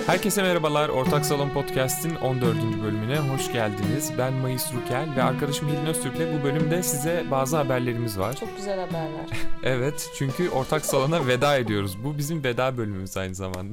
Herkese merhabalar. Ortak Salon Podcast'in 14. bölümüne hoş geldiniz. Ben Mayıs Rukel ve arkadaşım Hilin Öztürk'le bu bölümde size bazı haberlerimiz var. Çok güzel haberler. Evet, çünkü Ortak Salon'a veda ediyoruz. Bu bizim veda bölümümüz aynı zamanda.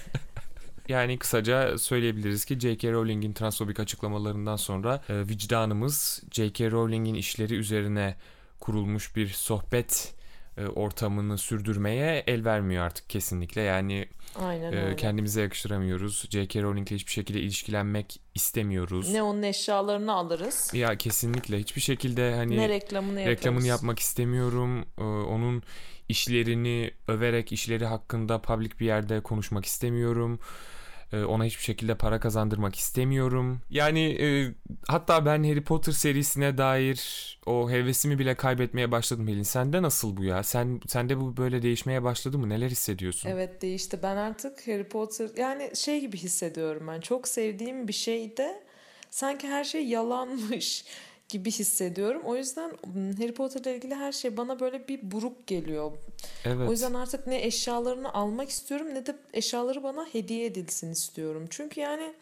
Yani kısaca söyleyebiliriz ki J.K. Rowling'in transfobik açıklamalarından sonra vicdanımız J.K. Rowling'in işleri üzerine kurulmuş bir sohbet ortamını sürdürmeye el vermiyor artık kesinlikle. Yani Aynen öyle. Kendimize yakıştıramıyoruz. J.K. Rowling'le hiçbir şekilde ilişkilenmek istemiyoruz. Ne onun eşyalarını alırız. Ya kesinlikle hiçbir şekilde hani ne reklamını yapmak istemiyorum. Onun işlerini överek işleri hakkında public bir yerde konuşmak istemiyorum. Ona hiçbir şekilde para kazandırmak istemiyorum. Yani hatta ben Harry Potter serisine dair o hevesimi bile kaybetmeye başladım Helin. Sende nasıl bu ya? Sende bu böyle değişmeye başladı mı? Neler hissediyorsun? Evet, değişti. Ben artık Harry Potter yani şey gibi hissediyorum ben. Çok sevdiğim bir şeyde sanki her şey yalanmış gibi hissediyorum. O yüzden Harry Potter'la ilgili her şey bana böyle bir buruk geliyor. Evet. O yüzden artık ne eşyalarını almak istiyorum ne de eşyaları bana hediye edilsin istiyorum. Çünkü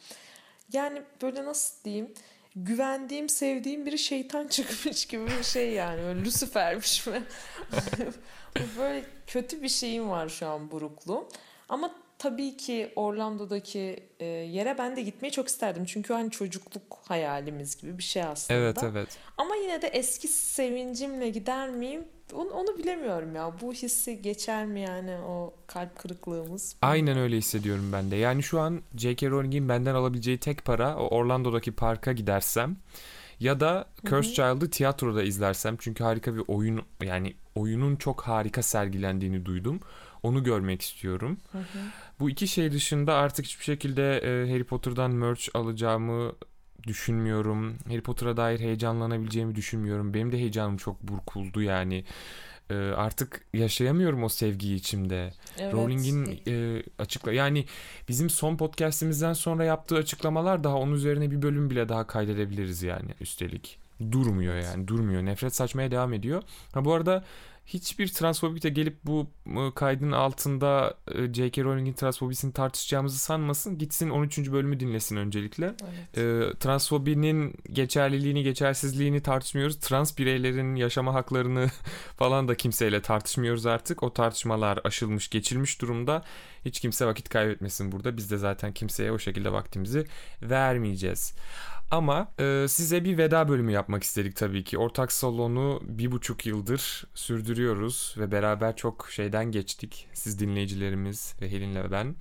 yani böyle nasıl diyeyim, güvendiğim, sevdiğim biri şeytan çıkmış gibi bir şey yani. Öyle Lucifer'miş mi? Böyle kötü bir şeyim var şu an, buruklu. Ama tabii ki Orlando'daki yere ben de gitmeyi çok isterdim. Çünkü hani çocukluk hayalimiz gibi bir şey aslında. Evet. Ama yine de eski sevincimle gider miyim? Onu bilemiyorum ya. Bu hissi geçer mi yani, o kalp kırıklığımız? Aynen öyle hissediyorum ben de. Yani şu an J.K. Rowling'in benden alabileceği tek para o Orlando'daki parka gidersem ya da Cursed Child'ı tiyatroda izlersem. Çünkü harika bir oyun, yani oyunun çok harika sergilendiğini duydum. Onu görmek istiyorum. Bu iki şey dışında artık hiçbir şekilde Harry Potter'dan merch alacağımı düşünmüyorum. Harry Potter'a dair heyecanlanabileceğimi düşünmüyorum. Benim de heyecanım çok burkuldu yani. Artık yaşayamıyorum o sevgiyi içimde. Evet. Rowling'in yani bizim son podcast'imizden sonra yaptığı açıklamalar, daha onun üzerine bir bölüm bile daha kaydedebiliriz yani üstelik. Durmuyor yani, durmuyor. Nefret saçmaya devam ediyor. Ha bu arada hiçbir transfobik de gelip bu kaydın altında J.K. Rowling'in transfobisini tartışacağımızı sanmasın. Gitsin 13. bölümü dinlesin öncelikle. Evet. Transfobinin geçerliliğini, geçersizliğini tartışmıyoruz. Trans bireylerin yaşama haklarını falan da kimseyle tartışmıyoruz artık. O tartışmalar aşılmış, geçilmiş durumda. Hiç kimse vakit kaybetmesin burada. Biz de zaten kimseye o şekilde vaktimizi vermeyeceğiz. Ama size bir veda bölümü yapmak istedik tabii ki. Ortak Salon'u 1,5 yıldır sürdürüyoruz ve beraber çok şeyden geçtik. Siz dinleyicilerimiz ve Helin'le ve ben.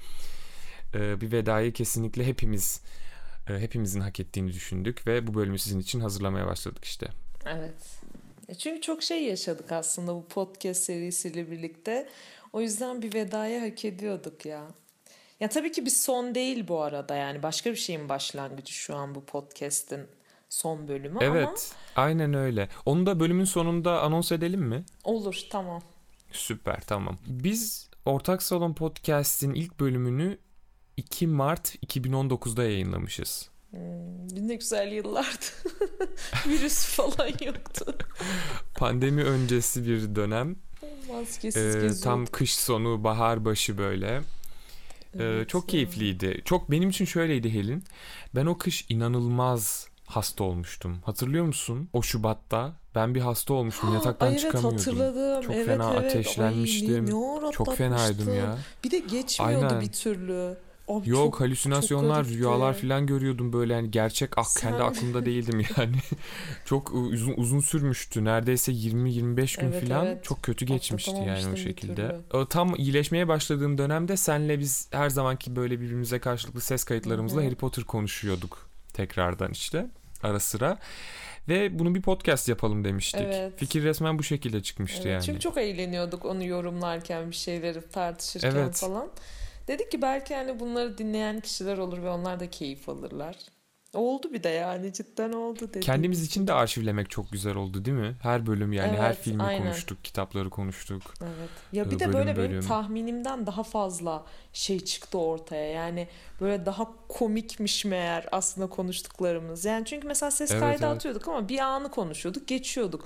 Bir vedayı kesinlikle hepimizin hak ettiğini düşündük ve bu bölümü sizin için hazırlamaya başladık işte. Evet. Çünkü çok şey yaşadık aslında bu podcast serisiyle birlikte. O yüzden bir vedaya hak ediyorduk ya. Ya tabii ki bir son değil bu arada, yani başka bir şeyin başlangıcı şu an bu podcast'in son bölümü. Evet, ama aynen öyle. Onu da bölümün sonunda anons edelim mi? olur, tamam. Süper, tamam. Biz Ortak Salon Podcast'in ilk bölümünü 2 Mart 2019'da yayınlamışız. Ne güzel yıllardı. Virüs falan yoktu. Pandemi öncesi bir dönem. Maskesiz geziyorduk. Tam kış sonu, bahar başı böyle. Evet, çok keyifliydi. Çok, benim için şöyleydi Helin. Ben o kış inanılmaz hasta olmuştum. Hatırlıyor musun? O Şubat'ta ben bir hasta olmuştum. Yataktan evet, çıkamıyordum. hatırladım. Çok evet, fena ateşlenmiştim. Çok fenaydım ya. Bir de geçmiyordu Aynen. bir türlü. Abi Yok, çok halüsinasyonlar, garipti. rüyalar falan görüyordum böyle, hani gerçek kendi aklımda değildim yani. Çok uzun sürmüştü. Neredeyse 20-25 gün Evet, falan. evet. Çok kötü geçmişti yani o Atlatamamıştım bir şekilde. türlü. Tam iyileşmeye başladığım dönemde senle biz her zamanki böyle birbirimize karşılıklı ses kayıtlarımızla Harry Potter konuşuyorduk tekrardan işte ara sıra. Ve bunu bir podcast yapalım demiştik. Evet. Fikir resmen bu şekilde çıkmıştı Evet, yani. çünkü çok eğleniyorduk onu yorumlarken, bir şeyleri tartışırken Evet. falan. Dedik ki belki hani bunları dinleyen kişiler olur ve onlar da keyif alırlar. Oldu bir de, yani cidden oldu dediğimiz Kendimiz için gibi. de arşivlemek çok güzel oldu değil mi? Her bölüm yani, her Evet, filmi aynen. konuştuk, kitapları konuştuk. Evet. Ya bir de Bölüm böyle benim bölüm. tahminimden daha fazla şey çıktı ortaya. Yani böyle daha komikmiş meğer aslında konuştuklarımız. Yani çünkü mesela ses Evet, kaydı evet. atıyorduk ama bir anı konuşuyorduk, geçiyorduk.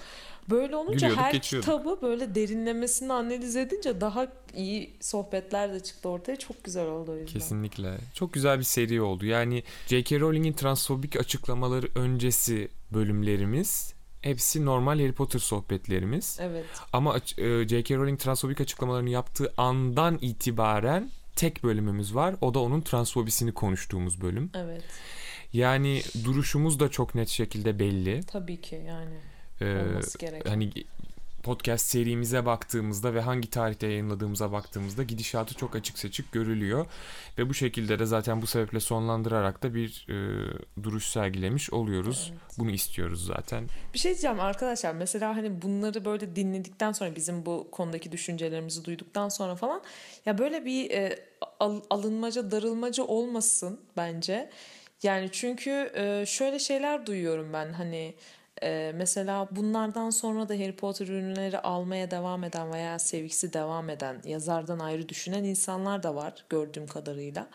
Böyle olunca Gülüyorduk, her geçiyorduk. kitabı böyle derinlemesine analiz edince daha iyi sohbetler de çıktı ortaya. Çok güzel oldu o yüzden. Kesinlikle. Çok güzel bir seri oldu. Yani J.K. Rowling'in transfobik açıklamaları öncesi bölümlerimiz hepsi normal Harry Potter sohbetlerimiz. Evet. Ama J.K. Rowling transfobik açıklamalarını yaptığı andan itibaren tek bölümümüz var. O da onun transfobisini konuştuğumuz bölüm. Evet. Yani duruşumuz da çok net şekilde belli. Tabii ki yani. Olması gereken. Hani podcast serimize baktığımızda ve hangi tarihte yayınladığımıza baktığımızda gidişatı çok açık seçik görülüyor. Ve bu şekilde de zaten bu sebeple sonlandırarak da bir duruş sergilemiş oluyoruz. Evet. Bunu istiyoruz zaten. Bir şey diyeceğim arkadaşlar. Mesela hani bunları böyle dinledikten sonra, bizim bu konudaki düşüncelerimizi duyduktan sonra falan, ya böyle bir alınmaca, darılmaca olmasın bence. Yani çünkü şöyle şeyler duyuyorum ben, hani mesela bunlardan sonra da Harry Potter ürünleri almaya devam eden veya sevgisi devam eden, yazardan ayrı düşünen insanlar da var gördüğüm kadarıyla.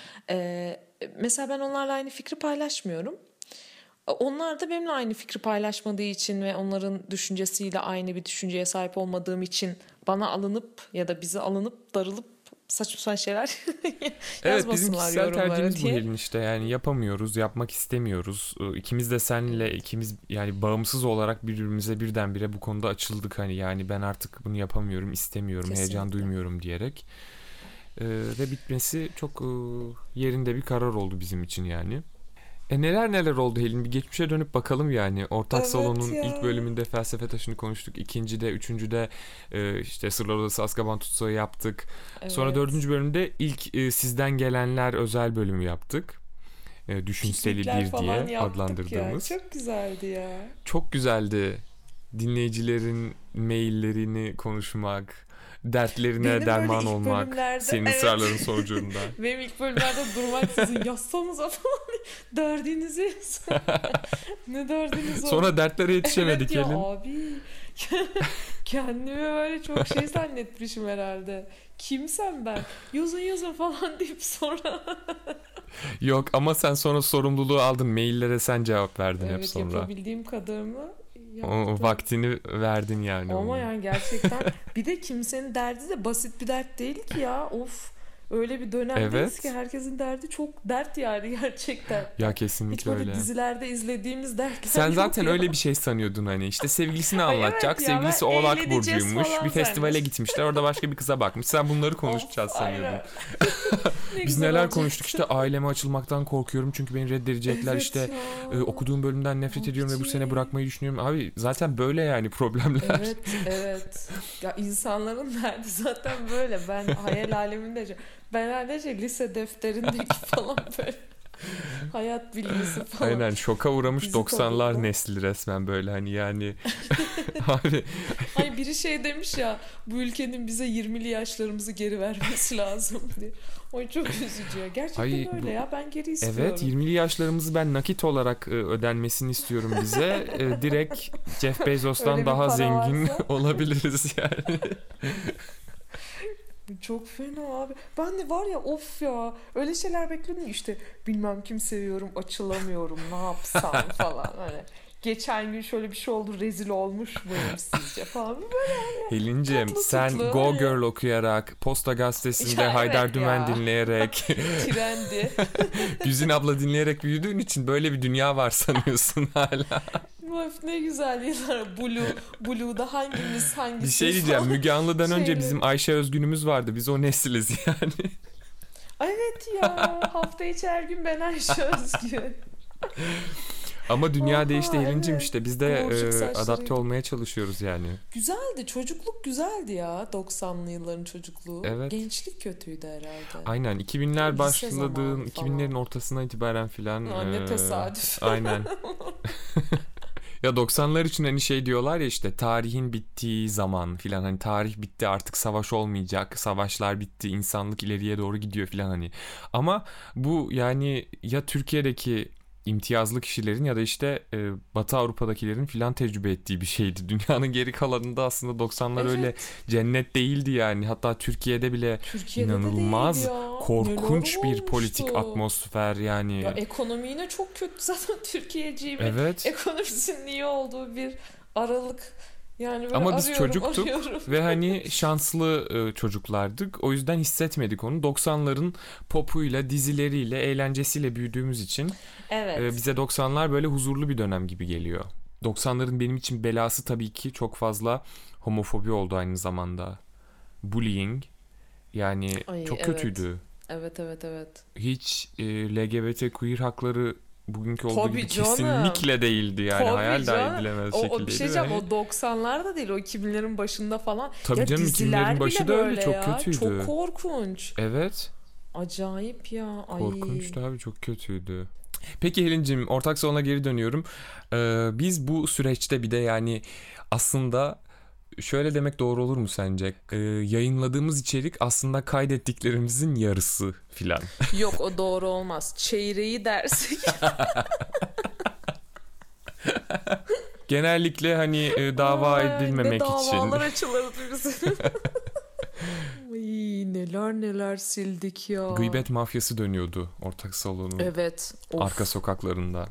Mesela ben onlarla aynı fikri paylaşmıyorum. Onlar da benimle aynı fikri paylaşmadığı için ve onların düşüncesiyle aynı bir düşünceye sahip olmadığım için bana alınıp ya da bize alınıp darılıp saçma sapan şeyler evet, bizim kişisel tercihimiz diye. Bu Helin, işte yani yapamıyoruz, yapmak istemiyoruz. İkimiz de seninle ikimiz yani bağımsız olarak birbirimize birdenbire bu konuda açıldık, hani yani ben artık bunu yapamıyorum, istemiyorum, Kesinlikle. Heyecan duymuyorum diyerek. Ve bitmesi çok yerinde bir karar oldu bizim için yani. Neler oldu Helin? Bir geçmişe dönüp bakalım yani. Ortak Salon'un ilk bölümünde felsefe taşını konuştuk. İkincide, üçüncüde işte Sırlar Odası Azkaban Tutsağı yaptık. Evet. Sonra 4. bölümde ilk sizden gelenler özel bölümü yaptık. Düşünseli bir diye adlandırdığımız. Ya. Çok güzeldi ya. Çok güzeldi. Dinleyicilerin maillerini konuşmak, dertlerine benim derman olmak, senin ısrarların sonucunda. Benim ilk bölümlerde durmaksızın yazsanıza falan derdinizi yazın. Ne derdiniz o? Sonra dertlere yetişemedik evet Helin. Ya abi. Kendimi böyle çok şey zannetmişim herhalde. Kimsem ben? Yazın falan deyip sonra. Yok ama sen sonra sorumluluğu aldın. Maillere sen cevap verdin hep sonra. Evet, yapabildiğim kadarını o vaktini verdin yani. Ama yani gerçekten bir de kimsenin derdi de basit bir dert değil ki ya. Of. Öyle bir dönemdeyiz ki herkesin derdi çok dert yani gerçekten. Ya kesinlikle öyle. Hiç böyle dizilerde izlediğimiz dertler sen zaten yok öyle ya. bir şey sanıyordun hani. İşte sevgilisini anlatacak. Evet ya, sevgilisi Oğlak Burcu'ymuş. Bir festivale gitmişler. Orada başka bir kıza bakmış. Sen bunları konuşacağız sanıyordun. Biz neler konuştuk işte, aileme açılmaktan korkuyorum çünkü beni reddedecekler, evet işte okuduğum bölümden nefret ediyorum ve bu sene bırakmayı düşünüyorum. Abi zaten böyle yani problemler. Evet. Ya insanların derdi zaten böyle. Ben hayal aleminde, ben herhalde lise defterindeki falan böyle hayat bilgisi falan. Aynen, şoka uğramış 90'lar nesli resmen böyle hani yani. Abi. Hani biri şey demiş ya, bu ülkenin bize 20'li yaşlarımızı geri vermesi lazım diye. O çok üzücü ya. Gerçekten öyle ya, ben geri istiyorum. Evet, 20'li yaşlarımızı ben nakit olarak ödenmesini istiyorum bize. Direkt Jeff Bezos'tan daha zengin olabiliriz yani. Çok fena abi. Ben de var ya, of ya. Öyle şeyler bekliyordum işte. Bilmem kim seviyorum, açılamıyorum, ne yapsam falan. Hani geçen gün şöyle bir şey oldu, rezil olmuş muyum sizce falan. Böyle yani. Helincim, sen Go Girl okuyarak, Posta Gazetesi'nde ya Haydar evet Dümen dinleyerek, Trendi. Güzin abla dinleyerek büyüdüğün için böyle bir dünya var sanıyorsun hala. Ne güzel yıllar. Blue'da hangimiz bir şey diyeceğim. Müge Anlı'dan önce bizim Ayşe Özgün'ümüz vardı. Biz o nesiliz yani. Evet ya. Hafta içi her gün ben Ayşe Özgün. Ama dünya değişti Helincim, evet. İşte biz de adapte olmaya çalışıyoruz yani. Güzeldi. Çocukluk güzeldi ya. 90'lı yılların çocukluğu. Evet. Gençlik kötüydü herhalde. Aynen. 2000'ler başladığın, 2000'lerin ortasına itibaren filan. Ne tesadüf. Aynen. Ya 90'lar için hani şey diyorlar ya, işte tarihin bittiği zaman filan, hani tarih bitti artık, savaş olmayacak, savaşlar bitti, insanlık ileriye doğru gidiyor filan hani. Ama bu yani ya Türkiye'deki imtiyazlı kişilerin ya da işte Batı Avrupa'dakilerin filan tecrübe ettiği bir şeydi. Dünyanın geri kalanında aslında 90'lar evet. Öyle cennet değildi yani. Hatta Türkiye'de bile inanılmaz korkunç bir politik atmosfer yani. Ya ekonomi yine çok kötü zaten, Türkiye'ciğim. Evet. Ekonomisinin iyi olduğu bir Aralık Yani böyle Ama biz arıyorum, çocuktuk arıyorum. ve hani şanslı çocuklardık. O yüzden hissetmedik onu. 90'ların popuyla, dizileriyle, eğlencesiyle büyüdüğümüz için Evet. bize 90'lar böyle huzurlu bir dönem gibi geliyor. 90'ların benim için belası tabii ki çok fazla homofobi oldu aynı zamanda. Bullying, yani Ay çok evet. kötüydü. Evet, evet, evet. Hiç LGBT queer hakları bugünkü olduğu gibi Tabii canım. kesinlikle değildi, yani Tabii hayal dahi canım. edilemez O bir şey şekildeydi ve diyeceğim, hani o 90'larda değil, o 2000'lerin başında falan. tabii Ya canım 2000'lerin diziler başı bile da öyle böyle çok ya. Çok kötüydü. korkunç. Evet, Acayip ya. Ay. korkunçtu abi, çok kötüydü. Peki Helin'cim, ortak salona geri dönüyorum. Biz bu süreçte bir de yani aslında şöyle demek doğru olur mu sence? Yayınladığımız içerik aslında kaydettiklerimizin yarısı filan. Yok, o doğru olmaz. Çeyreği dersek. Genellikle hani dava Ay, ne edilmemek için. davalar açılırdı bizim. Ay, neler neler sildik ya. Gıybet mafyası dönüyordu ortak salonun Evet. Of. arka sokaklarında.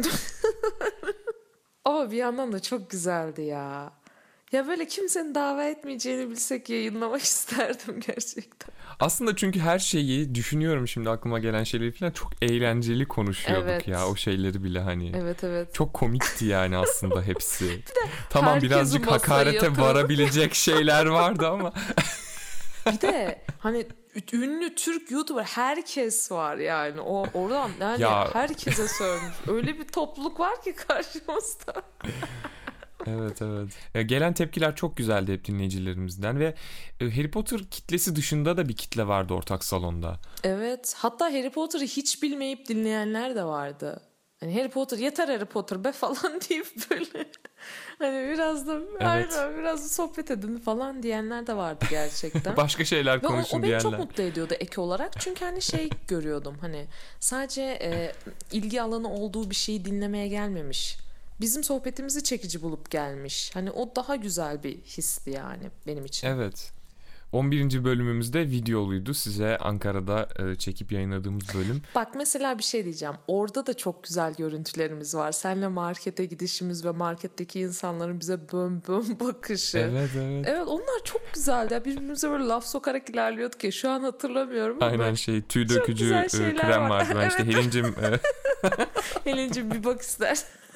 Ama bir yandan da çok güzeldi ya. Ya böyle kimsenin dava etmeyeceğini bilsek yayınlamak isterdim gerçekten. Aslında çünkü her şeyi düşünüyorum, şimdi aklıma gelen şeyleri falan çok eğlenceli konuşuyorduk Evet. ya, o şeyleri bile hani. Evet, evet. Çok komikti yani aslında hepsi. Tamam, herkesin birazcık masayı hakarete yapıyor. varabilecek şeyler vardı ama. Bir de hani ünlü Türk YouTuber herkes var yani. O oradan yani Ya. herkese sövmüş. Öyle bir topluluk var ki karşımızda. Evet, evet. Gelen tepkiler çok güzeldi hep dinleyicilerimizden ve Harry Potter kitlesi dışında da bir kitle vardı ortak salonda. Evet. Hatta Harry Potter'ı hiç bilmeyip dinleyenler de vardı. Hani Harry Potter yeter, Harry Potter be falan deyip böyle hani biraz da Evet. aynen, biraz da sohbet edin falan diyenler de vardı gerçekten. Başka şeyler Ve o konuşun beni çok diyenler. mutlu ediyordu ek olarak. Çünkü hani şey görüyordum, hani sadece ilgi alanı olduğu bir şeyi dinlemeye gelmemiş. Bizim sohbetimizi çekici bulup gelmiş. Hani o daha güzel bir histi yani benim için. Evet. 11. bölümümüzde videoluydu. Size Ankara'da çekip yayınladığımız bölüm. Bak mesela bir şey diyeceğim. Orada da çok güzel görüntülerimiz var. Seninle markete gidişimiz ve marketteki insanların bize bön bön bakışı. Evet, evet. Evet, onlar çok güzeldi. Ya, birbirimize böyle laf sokarak ilerliyorduk ya. Şu an hatırlamıyorum ama Aynen, şey, tüy çok dökücü güzel şeyler krem var. vardı. Ben işte Evet. Helin'cim Helin'cim bir bak ister.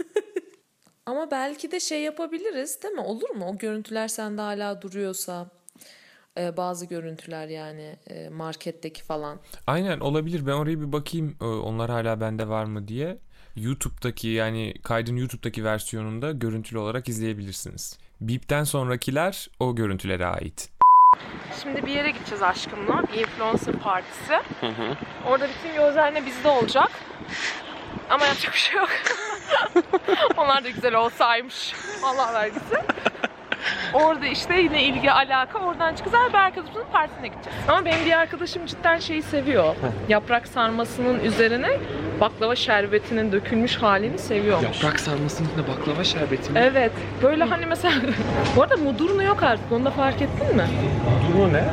Ama belki de şey yapabiliriz değil mi? Olur mu? O görüntüler sende hala duruyorsa. Bazı görüntüler yani marketteki falan. aynen, olabilir. Ben oraya bir bakayım onlar hala bende var mı diye. YouTube'daki, yani kaydın YouTube'daki versiyonunda görüntülü olarak izleyebilirsiniz. Beep'ten sonrakiler o görüntülere ait. Şimdi bir yere gideceğiz aşkımla. Influencer partisi. Orada bütün gözlerine bizde olacak. Ama yapacak bir şey yok. Onlar da güzel olsaymış. Allah vergisi. Orada işte yine ilgi alaka, oradan çıkacağız. Bir arkadaşımızın partisine gideceğiz. Ama benim bir arkadaşım cidden şeyi seviyor. Yaprak sarmasının üzerine baklava şerbetinin dökülmüş halini seviyormuş. Yaprak sarmasının içinde baklava şerbeti mi? Evet. Böyle hani mesela... Bu arada Mudurnu yok artık. Onu da fark ettin mi? Mudurnu ne?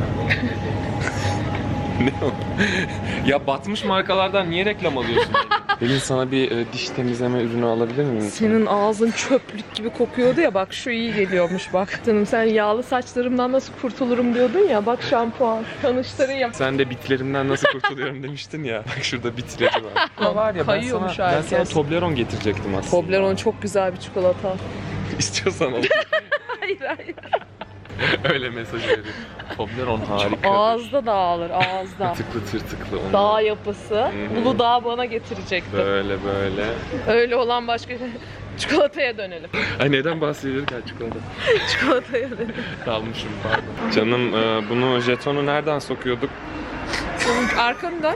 Ne o? Ya batmış markalardan niye reklam alıyorsun? Pelin, sana bir diş temizleme ürünü alabilir miyim? Senin ağzın çöplük gibi kokuyordu ya, bak şu iyi geliyormuş bak. Canım, sen yağlı saçlarımdan nasıl kurtulurum diyordun ya, bak şampuan tanıştırayım. Sen de bitlerimden nasıl kurtuluyorum demiştin ya. Bak şurada bit ilacı var. Ama var ya, Kayıyormuş ben sana herkes. Toblerone getirecektim aslında. Toblerone çok güzel bir çikolata. İstiyorsan al. Hayır hayır. Öyle mesaj veriyor. Toblerone harika. Ağızda dağılır, ağızda. Tırtıklı tırtıklı. onu. Dağ yapısı. Uludağ bana getirecekti. Böyle böyle. Öyle olan başka çikolataya dönelim. Ay, neden bahsediyorduk ya, çikolata? Çikolataya dönelim. Dalmışım, pardon. Canım, bunu jetonu nereden sokuyorduk? Arkandan.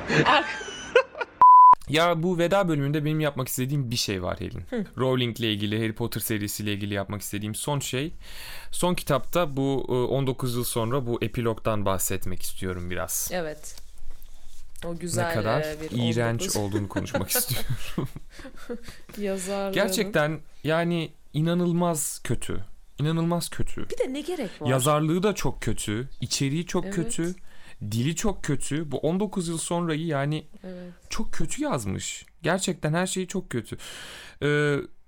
Ya bu veda bölümünde benim yapmak istediğim bir şey var Helin. Rowling'le ilgili, Harry Potter serisiyle ilgili yapmak istediğim son şey. Son kitapta bu 19 yıl sonra bu epilogdan bahsetmek istiyorum biraz. Evet. O güzel Ne kadar bir iğrenç 19 olduğunu konuşmak istiyorum. yazarların. Gerçekten yani inanılmaz kötü. İnanılmaz kötü. Bir de ne gerek var? Yazarlığı da çok kötü. İçeriği çok Evet. kötü. Dili çok kötü. Bu 19 yıl sonrayı yani Evet. çok kötü yazmış. Gerçekten her şeyi çok kötü.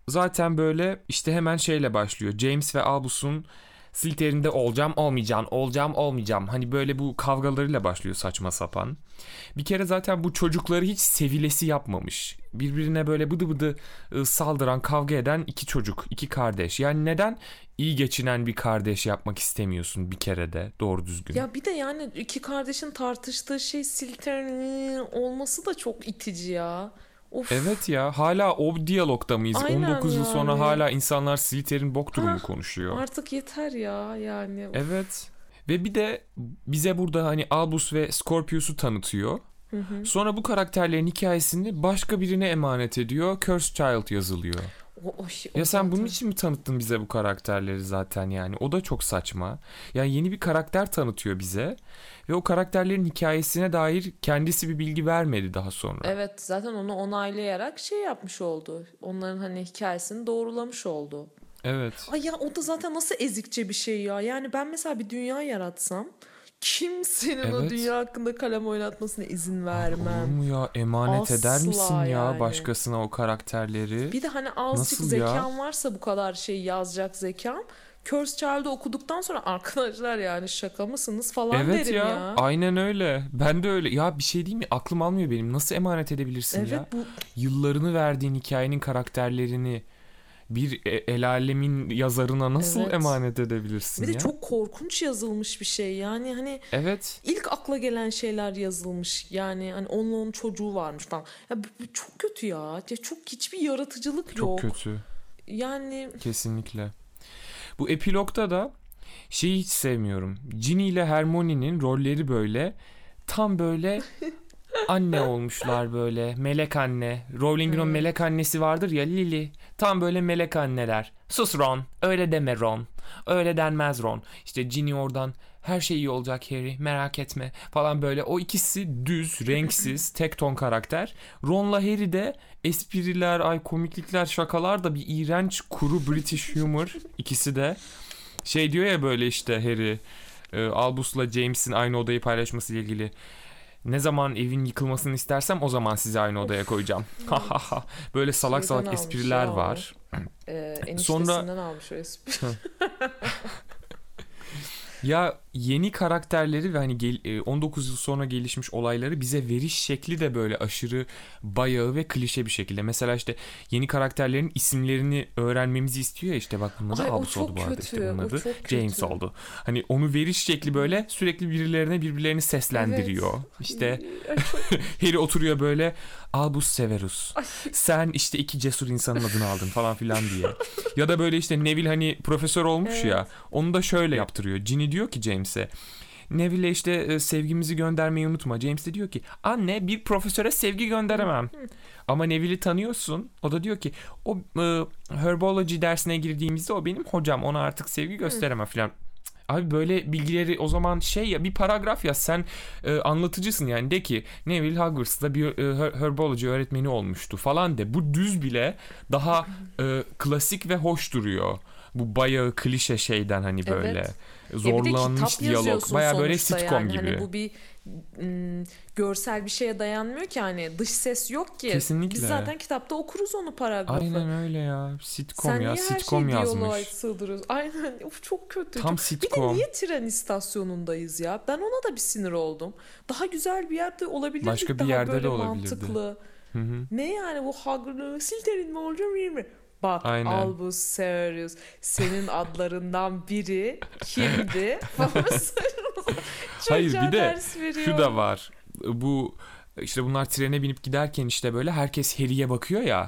zaten böyle işte hemen şeyle başlıyor. James ve Albus'un Slytherin'de olacağım olmayacağım, olacağım olmayacağım. Hani böyle bu kavgalarıyla başlıyor saçma sapan. Bir kere zaten bu çocukları hiç sevilesi yapmamış. Birbirine böyle bıdı bıdı saldıran, kavga eden iki çocuk, iki kardeş. Yani neden iyi geçinen bir kardeş yapmak istemiyorsun bir kere de doğru düzgün? Ya bir de yani iki kardeşin tartıştığı şey Slytherin olması da çok itici ya. Of. Evet ya, hala o diyalogda mıyız? Aynen 19 yıl sonra yani. hala insanlar Slytherin bok durumu Hah, konuşuyor. Artık yeter ya yani. Of. Evet. Ve bir de bize burada hani Albus ve Scorpius'u tanıtıyor. Sonra bu karakterlerin hikayesini başka birine emanet ediyor. Cursed Child yazılıyor. O Ya sen bunun zaten. için mi tanıttın bize bu karakterleri zaten yani? O da çok saçma. Yani yeni bir karakter tanıtıyor bize. Ve o karakterlerin hikayesine dair kendisi bir bilgi vermedi daha sonra. Evet, zaten onu onaylayarak şey yapmış oldu. Onların hani hikayesini doğrulamış oldu. Evet. Ay ya, o da zaten nasıl ezikçe bir şey ya. Yani ben mesela bir dünya yaratsam kimsenin o Evet. dünya hakkında kalem oynatmasına izin Olur vermem. mu ya? Emanet eder Asla misin ya yani. başkasına o karakterleri? Bir de hani azıcık Nasıl ya? zekan varsa, bu kadar şey yazacak zekan. Cursed Child'ı okuduktan sonra arkadaşlar yani şaka mısınız falan Evet derim ya, ya. aynen öyle. Ben de öyle. Ya bir şey değil mi? Aklım almıyor benim. Nasıl emanet edebilirsin Evet, ya? bu Yıllarını verdiğin hikayenin karakterlerini bir el alemin yazarına nasıl Evet. emanet edebilirsin bir de ya? çok korkunç yazılmış bir şey. Yani hani Evet. ilk akla gelen şeyler yazılmış. Yani hani onun çocuğu varmış falan. Ya bu çok kötü ya. Ya çok, hiçbir yaratıcılık Çok yok. kötü. Yani Kesinlikle. Bu epilogda da şeyi hiç sevmiyorum. Ginny ile Hermione'nin rolleri böyle tam böyle anne olmuşlar böyle. Melek anne. Rowling'in o melek annesi vardır ya, Lily. Tam böyle melek anneler. Sus Ron. Öyle deme Ron. Öyle denmez Ron. İşte Ginny oradan her şey iyi olacak Harry, merak etme falan böyle. O ikisi düz, renksiz, tek ton karakter. Ron'la Harry de espriler, ay komiklikler, şakalar da bir iğrenç, kuru British humor. İkisi de. Şey diyor ya böyle işte Harry, Albus'la James'in aynı odayı paylaşması ile ilgili. Ne zaman evin yıkılmasını istersem o zaman sizi aynı odaya koyacağım. Böyle salak Şeyden salak almış espriler ya o. var. eniştesinden almış o espri. Ya yeni karakterleri ve hani 19 yıl sonra gelişmiş olayları bize veriş şekli de böyle aşırı bayağı ve klişe bir şekilde. Mesela işte yeni karakterlerin isimlerini öğrenmemizi istiyor ya, işte bak bunun adı Ay, o Albus çok oldu bu arada, kötü, işte bunun o adı çok James kötü. oldu. Hani onu veriş şekli böyle sürekli birbirlerini seslendiriyor. Evet. İşte Ay, çok... Harry oturuyor böyle, Albus Severus. Sen işte iki cesur insanın adını aldın falan filan diye. Ya da böyle işte Neville hani profesör olmuş ya. Onu da şöyle yaptırıyor. Ginny diyor ki James'e, Neville'e işte sevgimizi göndermeyi unutma. James de diyor ki anne, bir profesöre sevgi gönderemem. Ama Neville'i tanıyorsun. O da diyor ki o herbology dersine girdiğimizde o benim hocam. Ona artık sevgi gösteremem falan. Abi böyle bilgileri o zaman şey ya, bir paragraf ya, sen anlatıcısın yani, de ki Neville Hogwarts'ta bir herbology öğretmeni olmuştu falan de. Bu düz bile daha klasik ve hoş duruyor. Bu bayağı klişe şeyden hani böyle zorlanmış diyalog. Bayağı böyle sitcom yani. gibi. Hani bu bir görsel bir şeye dayanmıyor ki, hani dış ses yok ki. Kesinlikle. Biz zaten kitapta okuruz onu, paragrafı. Aynen öyle ya. Sitcom Sen ya. niye her Sitcom şeyi diyaloğa yazmış. sığdırıyorsun? Aynen. Of, çok kötü. Tam Bir de sitcom. niye tren istasyonundayız ya? Ben ona da bir sinir oldum. Daha güzel bir yerde olabilirdik. Başka bir daha yerde böyle de olabilirdi. mantıklı. Hı hı. Ne yani bu Hogwarts Slytherin mi olacağım, iyi mi? Bak Aynen. Albus Severus, senin adlarından biri kimdi? Hayır, bir de ders veriyor. şu da var. Bu işte bunlar trene binip giderken işte böyle herkes Harry'e bakıyor ya.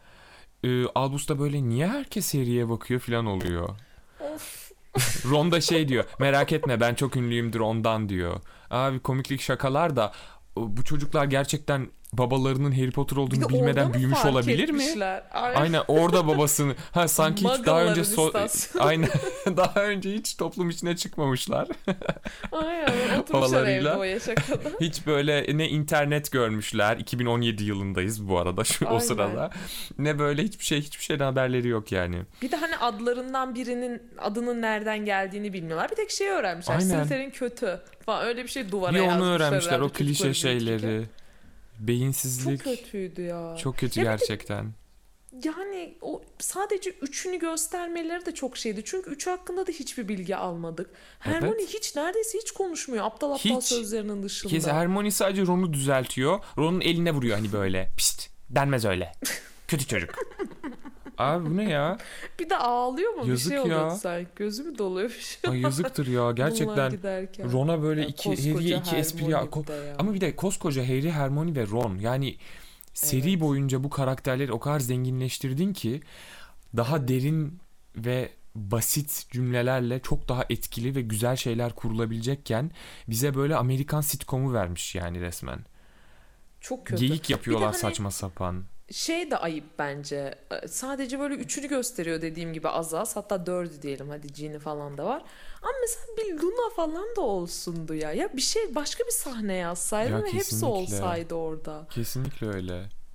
Albus da böyle niye herkes Harry'e bakıyor falan oluyor. Of. Ron da şey diyor, merak etme ben çok ünlüyümdür ondan diyor. Abi komiklik şakalar da bu çocuklar gerçekten babalarının Harry Potter Bir de olduğunu orada bilmeden mı büyümüş fark olabilir mi? etmişler? Aynen orada babasını. Ha sanki hiç daha önce Magaların istasyonu. aynen daha önce hiç toplum içine çıkmamışlar. Aynen. Oturmuşlar Babalarıyla. evde o yaşa kadar. Hiç böyle ne internet görmüşler. 2017 yılındayız bu arada o Aynen. sırada. Ne böyle hiçbir şeyden haberleri yok yani. Bir de hani adlarından birinin adının nereden geldiğini bilmiyorlar. Bir tek şeyi öğrenmişler. Aynen. Slytherin kötü falan, öyle bir şey duvara Bir onu yazmışlar. öğrenmişler, herhalde o klişe çocukları büyütürken. şeyleri. Beyinsizlik. Çok kötüydü ya. Çok kötü Ya bir de gerçekten. yani o sadece üçünü göstermeleri de çok şeydi. Çünkü üç hakkında da hiçbir bilgi almadık. Hermione Evet. neredeyse hiç konuşmuyor. Aptal aptal Hiç. sözlerinin Kez dışında. Hermione sadece Ron'u düzeltiyor. Ron'un eline vuruyor hani böyle. Pişt, denmez öyle. Kötü çocuk. Abi bu ne ya? Bir de ağlıyor mu? Yazık bir şey ya. oluyordu sanki. Gözü mü doluyor bir şey. Ay yazıktır ya Bunlar gerçekten. giderken. Ron'a böyle Ya Harry'e koskoca iki espri Hermione bir de ya. ama bir de koskoca Harry, Hermione ve Ron. Yani seri Evet. boyunca bu karakterleri o kadar zenginleştirdin ki daha derin ve basit cümlelerle çok daha etkili ve güzel şeyler kurulabilecekken bize böyle Amerikan sitcomu vermiş yani resmen. Çok kötü. Geyik Bir de yapıyorlar hani saçma sapan. şey de ayıp bence. Sadece böyle üçünü gösteriyor dediğim gibi az az. Hatta dördü diyelim, hadi Ginny falan da var. Ama mesela bir Luna falan da olsundu ya. Ya bir şey, başka bir sahne yazsaydın Ya ve hepsi kesinlikle. olsaydı orada. Kesinlikle öyle.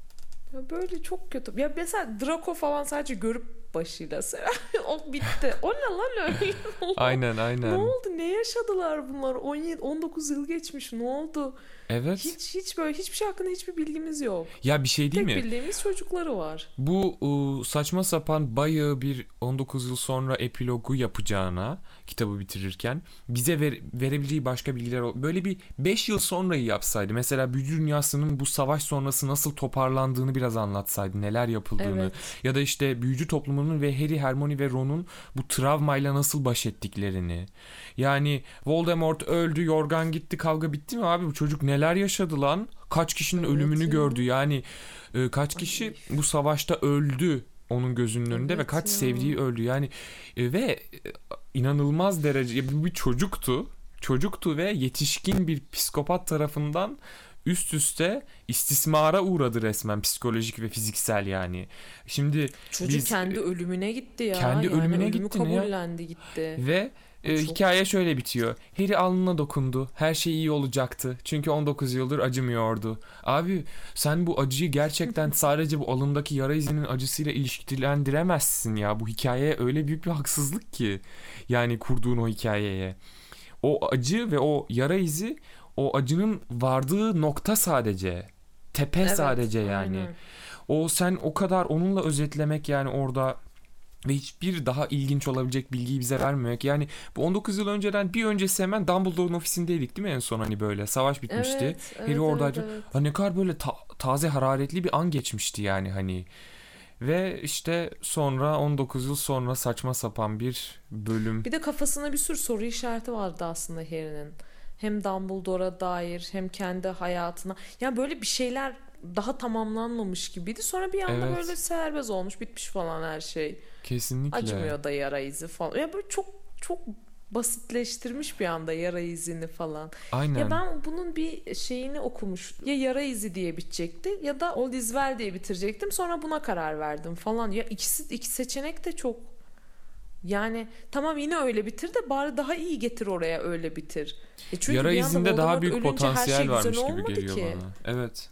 Ya böyle çok kötü. Ya mesela Draco falan sadece görüp başıyla sever. O bitti. O ne lan öyle? Aynen Ne aynen. oldu? Ne yaşadılar bunlar? 17 19 yıl geçmiş. Ne oldu? Evet. Hiç böyle hiçbir şey hakkında hiçbir bilgimiz yok. Ya bir şey değil Tek mi? bildiğimiz çocukları var. Bu saçma sapan bayağı bir 19 yıl sonra epilogu yapacağına kitabı bitirirken bize verebileceği başka bilgiler böyle bir 5 yıl sonrayı yapsaydı. Mesela Büyücü Dünyası'nın bu savaş sonrası nasıl toparlandığını biraz anlatsaydı. Neler yapıldığını. Evet. Ya da işte büyücü toplumunun ve Harry, Hermione ve Ron'un bu travmayla nasıl baş ettiklerini. Yani Voldemort öldü, yorgan gitti, kavga bitti mi abi? Bu çocuk neler yaşadı lan? Kaç kişinin Evet ölümünü ya. gördü. Yani kaç kişi bu savaşta öldü onun gözünün önünde ve Evet kaç ya. sevdiği öldü. Yani ve inanılmaz derece bu bir çocuktu. Çocuktu ve yetişkin bir psikopat tarafından üst üste istismara uğradı resmen, psikolojik ve fiziksel yani. Şimdi Çocuk biz kendi ölümüne gitti ya. kendi Yani ölümüne ölümü gitti ne ya? kabullendi gitti. Ve Çok- hikaye şöyle bitiyor. Harry alnına dokundu. Her şey iyi olacaktı. Çünkü 19 yıldır acımıyordu. Abi sen bu acıyı gerçekten sadece bu alındaki yara izinin acısıyla ilişkilendiremezsin ya. Bu hikayeye öyle büyük bir haksızlık ki. Yani kurduğun o hikayeye. O acı ve o yara izi o acının vardığı nokta sadece. Tepe Evet, sadece yani. aynen. O sen o kadar onunla özetlemek yani orada ve hiçbir daha ilginç olabilecek bilgiyi bize vermemek. Yani bu 19 yıl önceden bir öncesi hemen Dumbledore'un ofisindeydik değil mi en son hani böyle savaş bitmişti. Evet, Harry evet, oradaydı. evet. Ha ne kadar böyle taze hararetli bir an geçmişti yani hani. Ve işte sonra 19 yıl sonra saçma sapan bir bölüm. Bir de kafasında bir sürü soru işareti vardı aslında Harry'nin. Hem Dumbledore'a dair hem kendi hayatına. Yani böyle bir şeyler daha tamamlanmamış gibiydi. Sonra bir anda Evet. böyle serbest olmuş, bitmiş falan her şey. Kesinlikle. Acımıyor da yara izi falan. Ya böyle çok çok basitleştirmiş bir anda yara izini falan. Aynen. Ya ben bunun bir şeyini okumuş. Ya yara izi diye bitecekti ya da All Is Well diye bitirecektim. Sonra buna karar verdim falan. Ya iki seçenek de çok, yani tamam yine öyle bitir de bari daha iyi getir oraya, öyle bitir. Çünkü Yara bir anda izinde daha Voldemort büyük ölünce her potansiyel şey varmış güzel gibi olmadı geliyor ki. bana. Evet.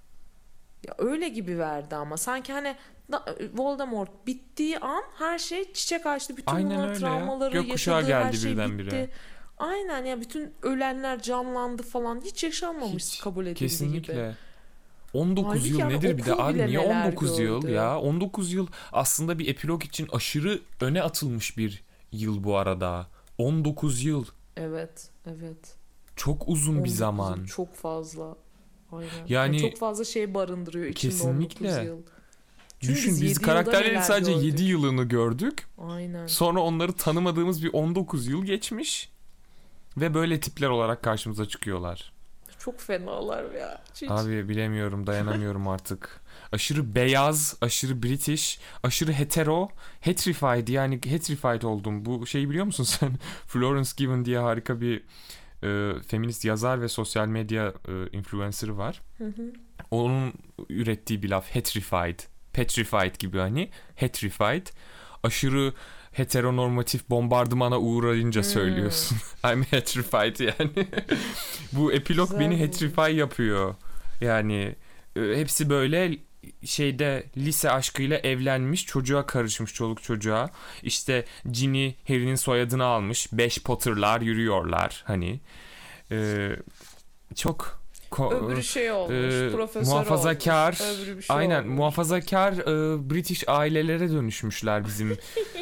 Ya öyle gibi verdi ama sanki hani Voldemort bittiği an her şey çiçek açtı. Bütün Aynen bunların öyle ya. travmaları, Gökkuşağı yaşadığı her geldi şey birdenbire. bitti. Aynen ya, bütün ölenler canlandı falan. Hiç yaşanmamış Hiç. kabul edildiği gibi. Kesinlikle. 19 Halbuki yıl yani nedir bir de okul abi bile niye neler 19 yıl gördü. ya? 19 yıl aslında bir epilog için aşırı öne atılmış bir yıl bu arada. 19 yıl Evet, evet. çok uzun bir 19 yıl zaman. çok fazla. Aynen. Yani çok fazla şey barındırıyor içinde kesinlikle. 19 yıl. Çünkü Düşün biz 7 yılda karakterlerin neler sadece gördük. 7 yılını gördük. Aynen. Sonra onları tanımadığımız bir 19 yıl geçmiş. Ve böyle tipler olarak karşımıza çıkıyorlar. Çok fenalar ya. Hiç. Abi bilemiyorum, dayanamıyorum artık. Aşırı beyaz, aşırı British, aşırı hetero, hetrified, yani hetrified oldum. Bu şeyi biliyor musun sen? Florence Given diye harika bir feminist yazar ve sosyal medya influencer'ı var. Hı hı. Onun ürettiği bir laf, hetrified. Petrified gibi hani, hetrified. Aşırı heteronormatif bombardımana uğrayınca söylüyorsun. I'm hetrified yani. Bu epilog Güzel beni bu. hetrify yapıyor. Yani hepsi böyle şeyde lise aşkıyla evlenmiş, çocuğa karışmış, çoluk çocuğa. İşte Ginny Harry'nin soyadını almış. 5 Potter'lar yürüyorlar hani. Çok Öbürü şey olmuş, profesör muhafazakar, olmuş. Öbürü bir şey aynen olmuş. muhafazakar British ailelere dönüşmüşler bizim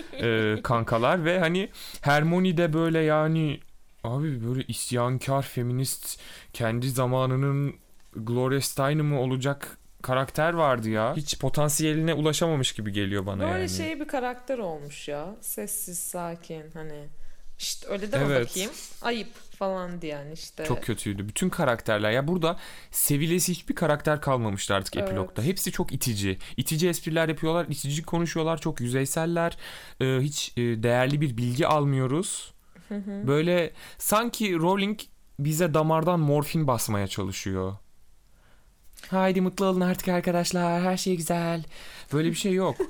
kankalar ve hani Hermione de böyle yani abi böyle isyankar feminist kendi zamanının Gloria Steinem mı olacak karakter vardı ya. Hiç potansiyeline ulaşamamış gibi geliyor bana böyle yani. şey bir karakter olmuş ya. Sessiz, sakin hani. İşte öyle deme Evet. bakayım. Ayıp falan diyen işte. Çok kötüydü. Bütün karakterler ya burada sevilesi hiçbir karakter kalmamıştı artık Evet. epilogda. Hepsi çok itici. İtici espriler yapıyorlar, itici konuşuyorlar, çok yüzeyseller. Hiç değerli bir bilgi almıyoruz. Böyle sanki Rowling bize damardan morfin basmaya çalışıyor. Haydi mutlu olun artık arkadaşlar, her şey güzel. Böyle bir şey yok.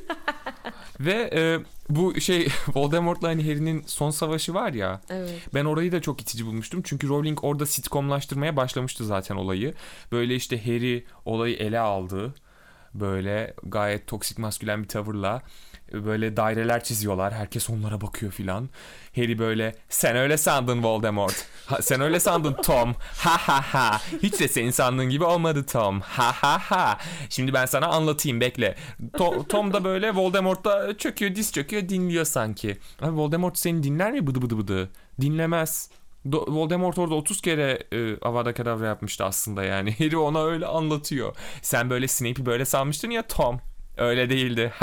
Ve bu şey Voldemort'la hani Harry'nin son savaşı var ya. Evet. Ben orayı da çok itici bulmuştum. Çünkü Rowling orada sitcomlaştırmaya başlamıştı zaten olayı. Böyle işte Harry olayı ele aldı. Böyle gayet toksik maskülen bir tavırla böyle daireler çiziyorlar. Herkes onlara bakıyor filan. Harry böyle sen öyle sandın Voldemort. Sen öyle sandın Tom. Ha ha ha. Hiç de senin sandığın gibi olmadı Tom. Ha ha ha. Şimdi ben sana anlatayım bekle. Tom da böyle Voldemort'ta çöküyor, diz çöküyor, dinliyor sanki. Abi Voldemort seni dinler mi bıdı bıdı bıdı? Dinlemez. Voldemort orada 30 kere Avada Kedavra yapmıştı aslında yani. Harry ona öyle anlatıyor. Sen böyle Snape'i böyle sanmıştın ya Tom. Öyle değildi.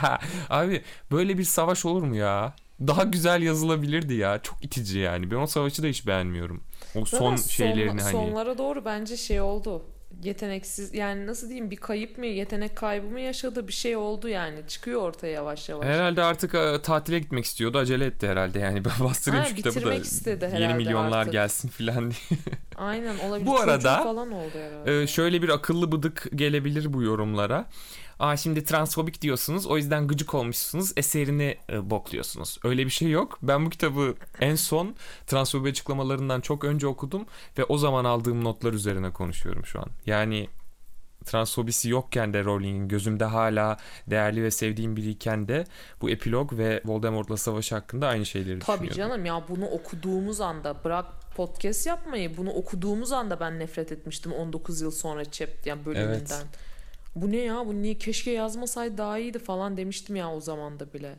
Abi böyle bir savaş olur mu ya? Daha güzel yazılabilirdi ya. Çok itici yani. Ben o savaşı da hiç beğenmiyorum. O son şeylerini hani. Sonlara doğru bence şey oldu. Yeteneksiz yani nasıl diyeyim bir kayıp mı yetenek kaybı mı yaşadı bir şey oldu yani çıkıyor ortaya yavaş yavaş. Herhalde artık tatile gitmek istiyordu. Acele etti herhalde yani. Bastırayım şu kitabı da istedi yeni milyonlar artık. gelsin filan diye. Aynen olabilir. Bu arada falan oldu herhalde. şöyle bir akıllı bıdık gelebilir bu yorumlara. Şimdi transfobik diyorsunuz o yüzden gıcık olmuşsunuz eserini bokluyorsunuz. Öyle bir şey yok. Ben bu kitabı en son transfobi açıklamalarından çok önce okudum ve o zaman aldığım notlar üzerine konuşuyorum şu an. Yani transfobisi yokken de Rowling'in gözümde hala değerli ve sevdiğim biriyken de bu epilog ve Voldemort'la savaş hakkında aynı şeyleri Tabii düşünüyorum. canım ya bunu okuduğumuz anda bırak podcast yapmayı bunu okuduğumuz anda ben nefret etmiştim 19 yıl sonra yani bölümünden. Evet. Bu ne ya? Bu niye keşke yazmasaydı daha iyiydi falan demiştim ya o zamanda bile.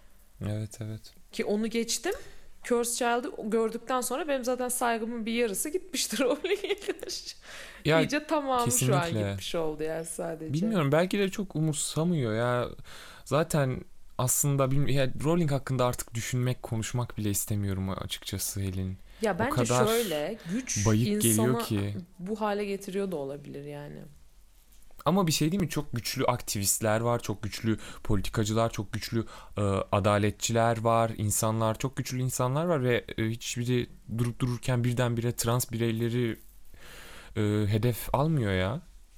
Evet evet. Ki onu geçtim. Cursed Child'ı gördükten sonra benim zaten saygımın bir yarısı gitmiştir Rowling'e karşı. Ya, İyice tamamı kesinlikle. şu an gitmiş oldu yani sadece. Bilmiyorum belki de çok umursamıyor ya. Zaten aslında Rowling hakkında artık düşünmek, konuşmak bile istemiyorum açıkçası Helin. Ya bence kadar şöyle güç bayık insanı geliyor ki. bu hale getiriyor da olabilir yani. Ama bir şey değil mi? Çok güçlü aktivistler var, çok güçlü politikacılar, çok güçlü adaletçiler var, insanlar, çok güçlü insanlar var ve hiçbiri durup dururken birdenbire trans bireyleri hedef almıyor ya.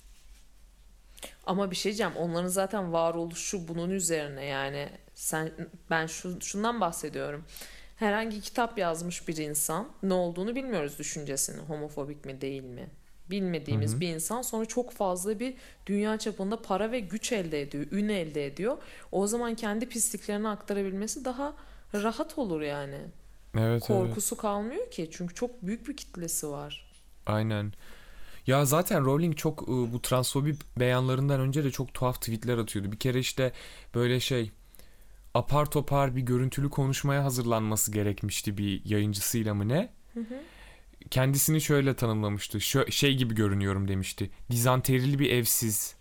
Ama bir şey diyeceğim. Onların zaten varoluşu bunun üzerine yani. Ben şundan bahsediyorum. Herhangi kitap yazmış bir insan ne olduğunu bilmiyoruz düşüncesini. Homofobik mi değil mi? Bilmediğimiz bir insan sonra çok fazla bir dünya çapında para ve güç elde ediyor, ün elde ediyor. O zaman kendi pisliklerini aktarabilmesi daha rahat olur yani. Evet, Korkusu kalmıyor ki çünkü çok büyük bir kitlesi var. aynen. Ya zaten Rowling çok bu transfobi beyanlarından önce de çok tuhaf tweetler atıyordu. Bir kere işte böyle apar topar bir görüntülü konuşmaya hazırlanması gerekmişti bir yayıncısıyla mı ne? Kendisini şöyle tanımlamıştı. Şey gibi görünüyorum demişti. Dizanterili bir evsiz.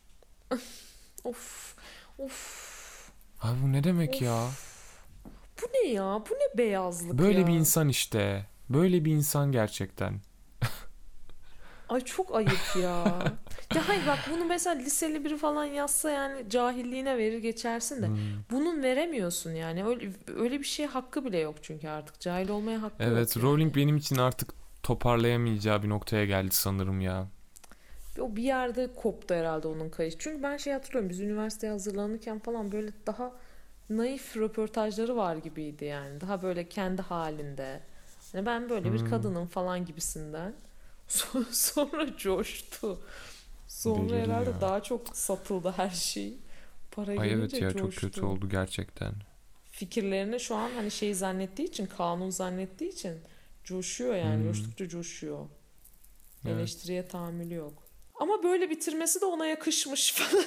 Of. Of. Abi bu ne demek ya? Bu ne ya? Bu ne beyazlık Böyle ya? bir insan işte. Böyle bir insan gerçekten. Ay çok ayıp ya. Ya hayır bak bunu mesela liseli biri falan yazsa yani cahilliğine verir geçersin de. Bunun veremiyorsun yani. Öyle bir şeye hakkı bile yok çünkü artık. Cahil olmaya hakkı yok. Evet, yani. Rowling benim için artık toparlayamayacağı bir noktaya geldi sanırım ya. O bir yerde koptu herhalde onun kayışı. Çünkü ben hatırlıyorum biz üniversiteye hazırlanırken falan böyle daha naif röportajları var gibiydi yani. Daha böyle kendi halinde. Yani ben böyle bir kadınım falan gibisinden. Sonra coştu. Sonra Deli herhalde ya. daha çok satıldı her şey. Para Ay gelince evet ya coştu. çok kötü oldu gerçekten. Fikirlerini şu an hani zannettiği için, kanun zannettiği için coşuyor yani. Coştukça coşuyor. Evet. Eleştiriye tahammülü yok. Ama böyle bitirmesi de ona yakışmış falan.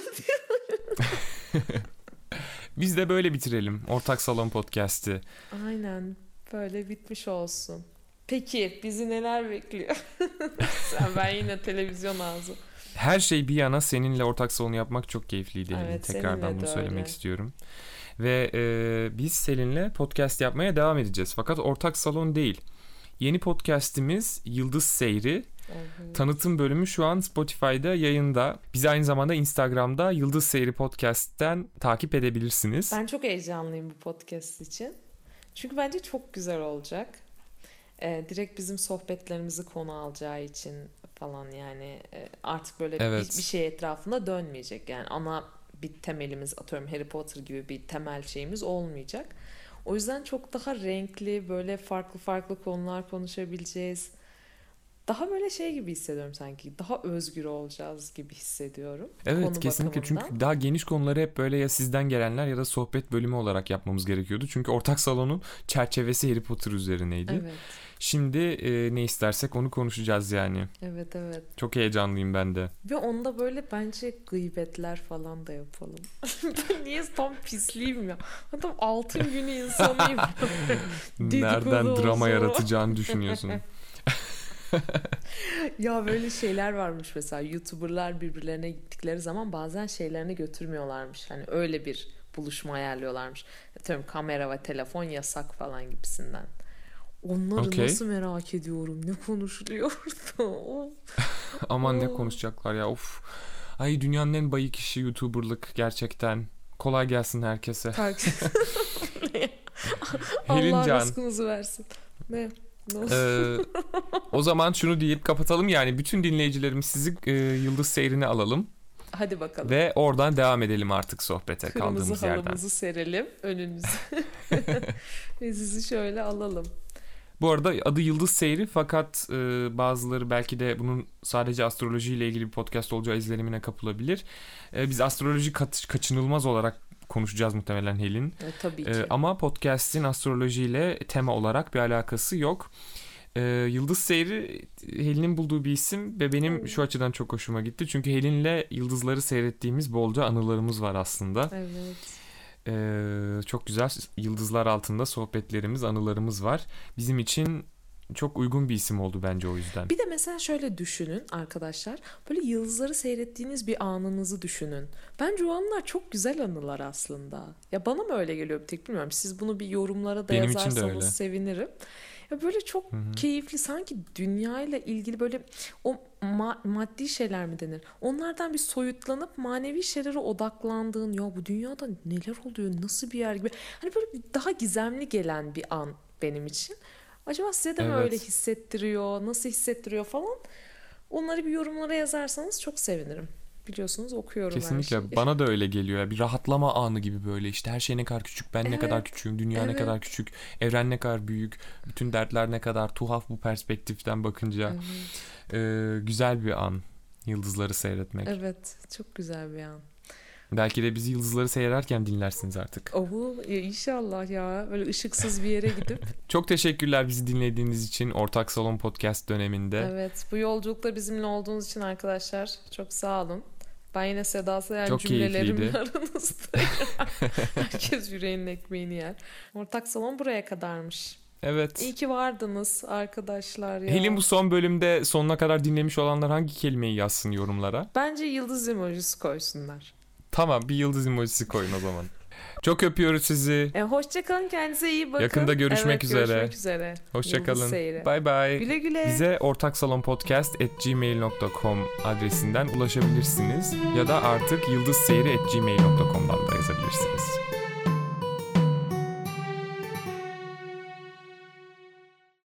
Biz de böyle bitirelim Ortak Salon Podcast'i. Aynen, böyle bitmiş olsun. Peki bizi neler bekliyor? Ben yine televizyon ağzı. Her şey bir yana seninle Ortak Salon yapmak çok keyifliydi. Evet, tekrardan seninle bunu de söylemek öyle. istiyorum. Ve biz Selin'le podcast yapmaya devam edeceğiz. Fakat Ortak Salon değil. Yeni podcast'imiz Yıldız Seyri. Evet. Tanıtım bölümü şu an Spotify'da yayında. Bizi aynı zamanda Instagram'da Yıldız Seyri Podcast'ten takip edebilirsiniz. Ben çok heyecanlıyım bu podcast için. Çünkü bence çok güzel olacak. Direkt bizim sohbetlerimizi konu alacağı için falan yani artık böyle Evet. bir şey etrafında dönmeyecek. Yani ana bir temelimiz, atıyorum Harry Potter gibi bir temel şeyimiz olmayacak. O yüzden çok daha renkli, böyle farklı farklı konular konuşabileceğiz. Daha böyle şey gibi hissediyorum sanki. Daha özgür olacağız gibi hissediyorum. Evet, konu kesinlikle. bakımından. Çünkü daha geniş konuları hep böyle ya sizden gelenler ya da sohbet bölümü olarak yapmamız gerekiyordu. Çünkü Ortak Salon'un çerçevesi Harry Potter üzerineydi. Evet, Şimdi ne istersek onu konuşacağız yani. evet, evet. Çok heyecanlıyım ben de. Ve onda böyle bence gıybetler falan da yapalım. Ben niye tam pisliyim ya? Adam altın günü insanıyım. Nereden Dedikodu drama olsun. yaratacağını düşünüyorsun. Ya böyle şeyler varmış mesela, YouTuber'lar birbirlerine gittikleri zaman bazen şeylerini götürmüyorlarmış. Hani öyle bir buluşma ayarlıyorlarmış. Atıyorum kamera ve telefon yasak falan gibisinden. Onları Okey. nasıl merak ediyorum. Ne konuşuluyor orada? Aman ne konuşacaklar ya, of. Ay, dünyanın en bayık işi YouTuber'lık gerçekten. Kolay gelsin herkese. Allah Helincan. rızkınızı versin. Ne? O zaman şunu deyip kapatalım yani. Bütün dinleyicilerimiz sizi Yıldız Seyri'ne alalım. Hadi bakalım. Ve oradan devam edelim artık sohbete Kırmızı kaldığımız yerden. halımızı serelim önünüze. Ve sizi şöyle alalım. Bu arada adı Yıldız Seyri, fakat bazıları belki de bunun sadece astrolojiyle ilgili bir podcast olacağı izlenimine kapılabilir. Biz astroloji kaçınılmaz olarak konuşacağız muhtemelen Helin. Tabii ki. Ama podcast'in astrolojiyle tema olarak bir alakası yok. Yıldız Seyri Helin'in bulduğu bir isim ve benim şu açıdan çok hoşuma gitti. Çünkü Helin'le yıldızları seyrettiğimiz bolca anılarımız var aslında. Evet. Çok güzel yıldızlar altında sohbetlerimiz, anılarımız var. Bizim için çok uygun bir isim oldu bence o yüzden. Bir de mesela şöyle düşünün arkadaşlar. Böyle yıldızları seyrettiğiniz bir anınızı düşünün. Bence o anılar çok güzel anılar aslında. Ya bana mı öyle geliyor bir tek bilmiyorum. Siz bunu bir yorumlara da Benim için de yazarsanız öyle. sevinirim. Ya böyle çok keyifli, sanki dünyayla ilgili böyle o maddi şeyler mi denir? Onlardan bir soyutlanıp manevi şeylere odaklandığın, ya bu dünyada neler oluyor, nasıl bir yer gibi. Hani böyle daha gizemli gelen bir an benim için. Acaba size de mi Evet. öyle hissettiriyor, nasıl hissettiriyor falan? Onları bir yorumlara yazarsanız çok sevinirim. Biliyorsunuz okuyorum her Kesinlikle şeyi. bana da öyle geliyor ya, bir rahatlama anı gibi böyle, işte her şey ne kadar küçük, ben ne Evet, kadar küçüğüm, dünya ne evet. kadar küçük, evren ne kadar büyük, bütün dertler ne kadar tuhaf bu perspektiften bakınca. Güzel bir an yıldızları seyretmek. Evet, çok güzel bir an. Belki de bizi yıldızları seyrederken dinlersiniz artık. İnşallah ya, böyle ışıksız bir yere gidip. Çok teşekkürler bizi dinlediğiniz için Ortak Salon Podcast döneminde. Evet, bu yolculukta bizimle olduğunuz için arkadaşlar çok sağ olun. Ben yine Seda Sayan Çok cümlelerimle keyifliydi. aranızdayım. Herkes yüreğinin ekmeğini yer. Ortak salon buraya kadarmış. Evet. İyi ki vardınız arkadaşlar ya. Helin, bu son bölümde sonuna kadar dinlemiş olanlar hangi kelimeyi yazsın yorumlara? Bence yıldız emojisi koysunlar. Tamam, bir yıldız emojisi koyun o zaman. Çok öpüyoruz sizi. Hoşça kalın, kendinize iyi bakın. Yakında görüşmek üzere. Görüşmek üzere. Hoşça Yıldız kalın. seyri. Bay bay. Güle güle. Bize ortaksalonpodcast@gmail.com adresinden ulaşabilirsiniz. Ya da artık yıldızseyri@gmail.com'dan da yazabilirsiniz.